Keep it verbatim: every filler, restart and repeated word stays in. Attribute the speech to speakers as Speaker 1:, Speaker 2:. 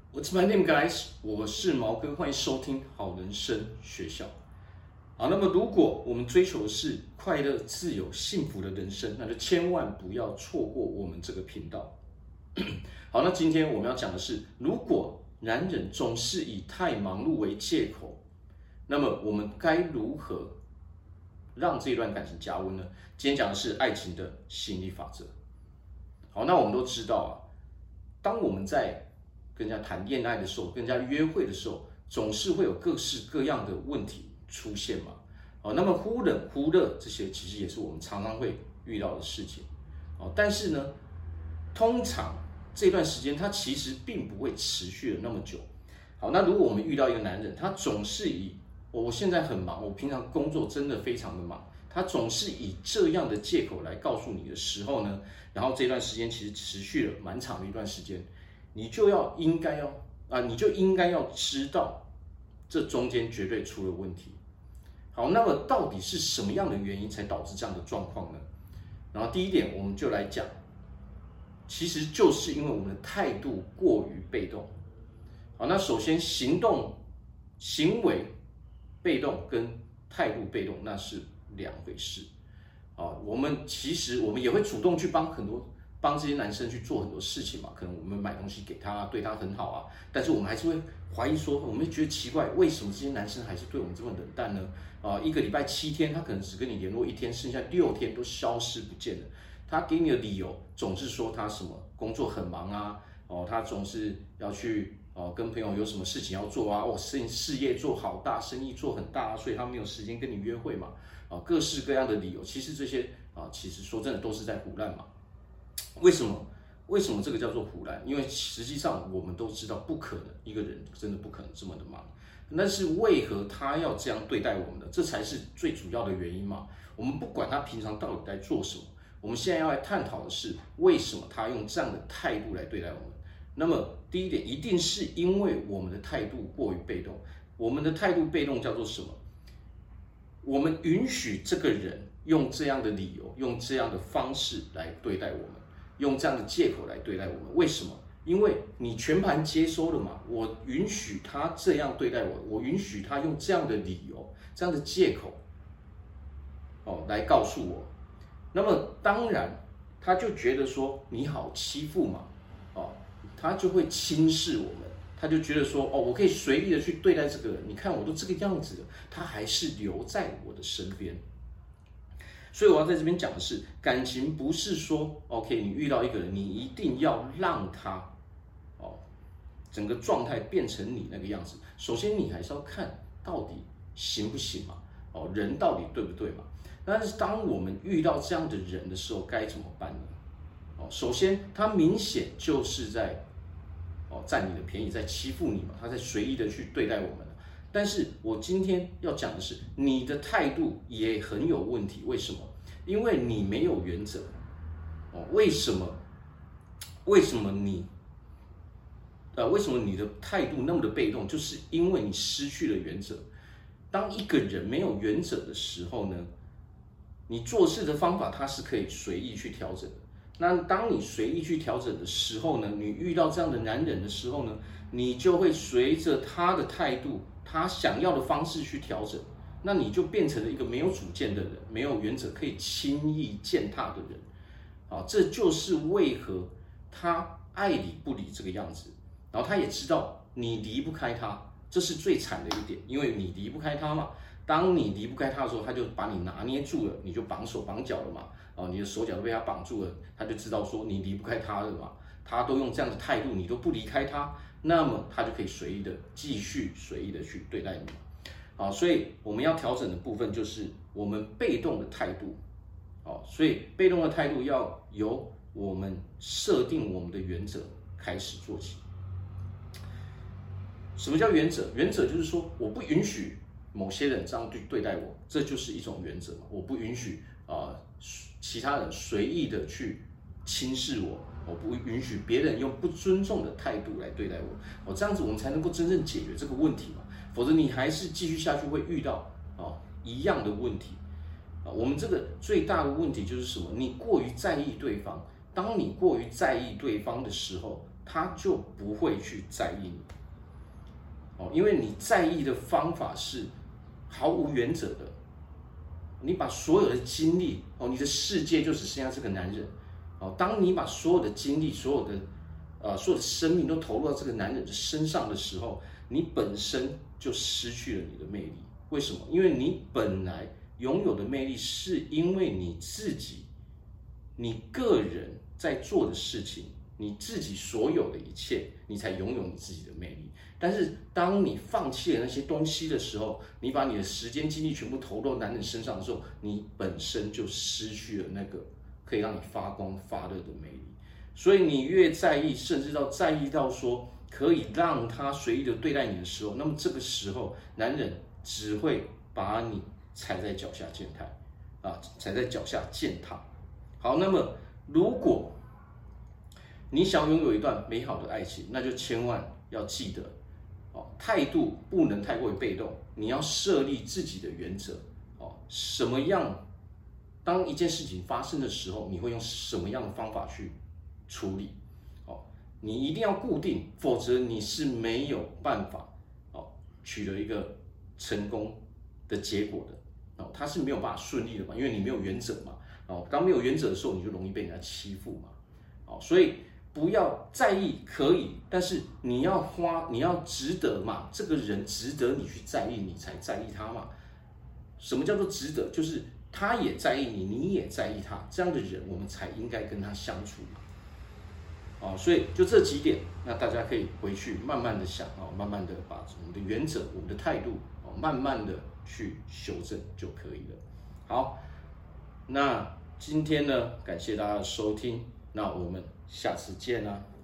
Speaker 1: What's my name, guys？ 我是毛哥，欢迎收听好人生学校。好，那么如果我们追求的是快乐、自由、幸福的人生，那就千万不要错过我们这个频道。好，那今天我们要讲的是，如果男人总是以太忙碌为借口，那么我们该如何让这段感情加温呢？今天讲的是爱情的吸引力法则。好，那我们都知道啊，当我们在跟人家谈恋爱的时候，跟人家约会的时候，总是会有各式各样的问题出现嘛。哦，那么忽冷忽热这些其实也是我们常常会遇到的事情。哦，但是呢，通常这段时间它其实并不会持续了那么久。好，那如果我们遇到一个男人，他总是以我现在很忙，我平常工作真的非常的忙，他总是以这样的借口来告诉你的时候呢，然后这段时间其实持续了蛮长的一段时间。你就要应该要啊，你就应该要知道，这中间绝对出了问题。好，那么到底是什么样的原因才导致这样的状况呢？然后第一点，我们就来讲，其实就是因为我们的态度过于被动。好，那首先行动、行为被动跟态度被动那是两回事。啊，我们其实我们也会主动去帮很多。帮这些男生去做很多事情嘛，可能我们买东西给他，对他很好啊，但是我们还是会怀疑说，我们会觉得奇怪，为什么这些男生还是对我们这么冷淡呢？啊、呃，一个礼拜七天，他可能只跟你联络一天，剩下六天都消失不见了。他给你的理由总是说他什么工作很忙啊，哦，他总是要去哦跟朋友有什么事情要做啊，哦，事事业做好大，生意做很大啊，所以他没有时间跟你约会嘛，啊、呃，各式各样的理由，其实这些啊、呃，其实说真的都是在胡乱嘛。为什么？为什么这个叫做胡乱？因为实际上我们都知道，不可能一个人真的不可能这么的忙。但是为何他要这样对待我们呢？这才是最主要的原因嘛。我们不管他平常到底在做什么，我们现在要来探讨的是，为什么他用这样的态度来对待我们？那么第一点，一定是因为我们的态度过于被动。我们的态度被动叫做什么？我们允许这个人用这样的理由，用这样的方式来对待我们。用这样的借口来对待我们，为什么？因为你全盘接收了嘛，我允许他这样对待我，我允许他用这样的理由、这样的借口，哦，来告诉我。那么当然，他就觉得说你好欺负嘛，哦，他就会轻视我们，他就觉得说，哦，我可以随意的去对待这个人，你看我都这个样子了，他还是留在我的身边。所以我要在这边讲的是，感情不是说 ，OK， 你遇到一个人，你一定要让他，哦，整个状态变成你那个样子。首先，你还是要看到底行不行嘛，哦，人到底对不对嘛？但是当我们遇到这样的人的时候，该怎么办呢？哦，首先他明显就是在，哦，占你的便宜，在欺负你嘛，他在随意的去对待我们。但是我今天要讲的是，你的态度也很有问题。为什么？因为你没有原则。哦，为什么？为什么你，呃，为什么你的态度那么的被动？就是因为你失去了原则。当一个人没有原则的时候呢，你做事的方法它是可以随意去调整的。那当你随意去调整的时候呢，你遇到这样的男人的时候呢，你就会随着他的态度。他想要的方式去调整，那你就变成了一个没有主见的人，没有原则，可以轻易践踏的人。啊，这就是为何他爱理不理这个样子。然后他也知道你离不开他，这是最惨的一点，因为你离不开他嘛。当你离不开他的时候，他就把你拿捏住了，你就绑手绑脚了嘛。啊，你的手脚都被他绑住了，他就知道说你离不开他了嘛。他都用这样的态度，你都不离开他。那么他就可以随意的继续随意的去对待你，好，所以我们要调整的部分就是我们被动的态度，好，所以被动的态度要由我们设定我们的原则开始做起。什么叫原则？原则就是说我不允许某些人这样对对待我，这就是一种原则嘛。我不允许啊、呃、其他人随意的去轻视我。我不允许别人用不尊重的态度来对待我，哦，这样子我们才能够真正解决这个问题嘛，否则你还是继续下去会遇到哦一样的问题，啊，我们这个最大的问题就是什么？你过于在意对方，当你过于在意对方的时候， 他就不会去在意你。哦，因为你在意的方法是毫无原则的，你把所有的精力，哦，你的世界就只剩下这个男人。哦，当你把所有的精力、所有的呃所有的生命都投入到这个男人的身上的时候，你本身就失去了你的魅力。为什么？因为你本来拥有的魅力，是因为你自己，你个人在做的事情，你自己所有的一切，你才拥有你自己的魅力。但是当你放弃了那些东西的时候，你把你的时间精力全部投入到男人身上的时候，你本身就失去了那个可以让你发光发热的魅力。所以你越在意，甚至到在意到说可以让他随意的对待你的时候，那么这个时候男人只会把你踩在脚下践踏啊，踩在脚下践踏。好，那么如果你想拥有一段美好的爱情，那就千万要记得，哦，态度不能太过于被动，你要设立自己的原则。哦，什么样？当一件事情发生的时候，你会用什么样的方法去处理？哦，你一定要固定，否则你是没有办法哦取得一个成功的结果的。哦，它是没有办法顺利的嘛，因为你没有原则嘛。哦，当没有原则的时候，你就容易被人家欺负嘛。哦，所以不要在意，可以，但是你要花，你要值得嘛。这个人值得你去在意，你才在意他嘛。什么叫做值得？就是他也在意你，你也在意他，这样的人我们才应该跟他相处嘛。哦，所以就这几点，那大家可以回去慢慢的想哦，慢慢的把我们的原则、我们的态度哦，慢慢的去修正就可以了。好，那今天呢，感谢大家的收听，那我们下次见啦。